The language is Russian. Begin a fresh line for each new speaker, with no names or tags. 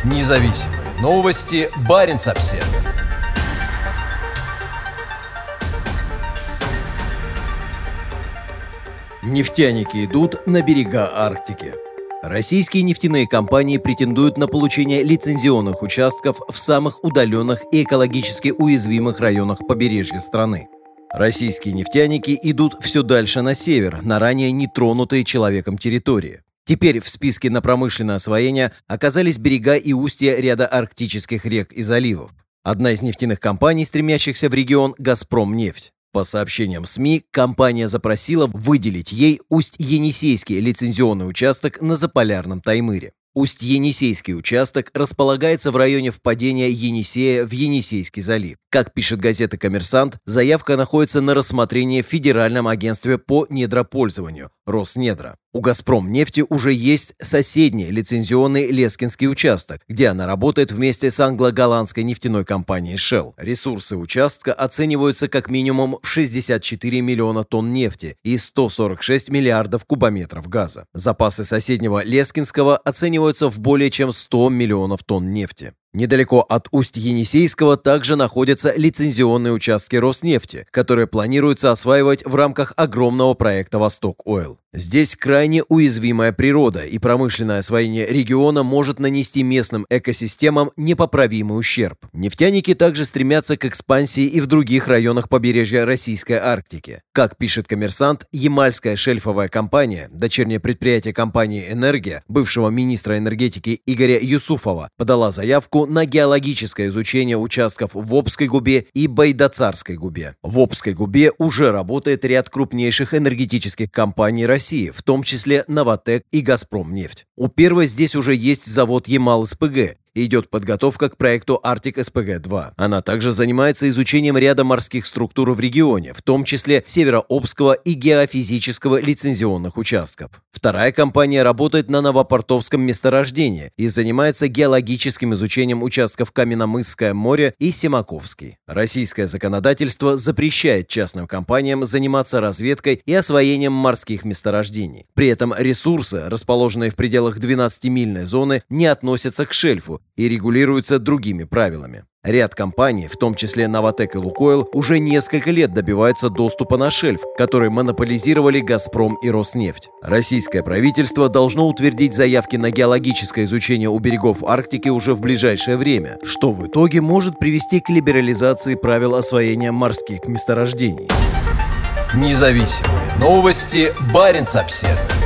Независимые новости. Баренц-Обсервер. Нефтяники идут на берега Арктики. Российские нефтяные компании претендуют на получение лицензионных участков в самых удаленных и экологически уязвимых районах побережья страны. Российские нефтяники идут все дальше на север, на ранее нетронутые человеком территории. Теперь в списке на промышленное освоение оказались берега и устья ряда арктических рек и заливов. Одна из нефтяных компаний, стремящихся в регион, «Газпромнефть». По сообщениям СМИ, компания запросила выделить ей Усть-Енисейский лицензионный участок на Заполярном Таймыре. Усть-Енисейский участок располагается в районе впадения Енисея в Енисейский залив. Как пишет газета «Коммерсант», заявка находится на рассмотрении в Федеральном агентстве по недропользованию Роснедра. У «Газпромнефти» уже есть соседний лицензионный Лескинский участок, где она работает вместе с англо-голландской нефтяной компанией Shell. Ресурсы участка оцениваются как минимум в 64 миллиона тонн нефти и 146 миллиардов кубометров газа. Запасы соседнего Лескинского оцениваются в более чем 100 миллионов тонн нефти. Недалеко от Усть-Енисейского также находятся лицензионные участки Роснефти, которые планируется осваивать в рамках огромного проекта «Восток-Ойл». Здесь крайне уязвимая природа, и промышленное освоение региона может нанести местным экосистемам непоправимый ущерб. Нефтяники также стремятся к экспансии и в других районах побережья Российской Арктики. Как пишет «Коммерсант», Ямальская шельфовая компания, дочернее предприятие компании «Энергия», бывшего министра энергетики Игоря Юсуфова, подала заявку на геологическое изучение участков в Обской губе и Байдацарской губе. В Обской губе уже работает ряд крупнейших энергетических компаний России, в том числе «Новатэк» и «Газпромнефть». У первой здесь уже есть завод «Ямал-СПГ», и идет подготовка к проекту «Арктик-СПГ-2». Она также занимается изучением ряда морских структур в регионе, в том числе Северообского и геофизического лицензионных участков. Вторая компания работает на Новопортовском месторождении и занимается геологическим изучением участков Каменномысское море и Семаковский. Российское законодательство запрещает частным компаниям заниматься разведкой и освоением морских месторождений. При этом ресурсы, расположенные в пределах 12-мильной зоны, не относятся к шельфу и регулируются другими правилами. Ряд компаний, в том числе «Новатэк» и «Лукойл», уже несколько лет добиваются доступа на шельф, который монополизировали «Газпром» и «Роснефть». Российское правительство должно утвердить заявки на геологическое изучение у берегов Арктики уже в ближайшее время, что в итоге может привести к либерализации правил освоения морских месторождений. Независимые новости. Баренц-Обсервер.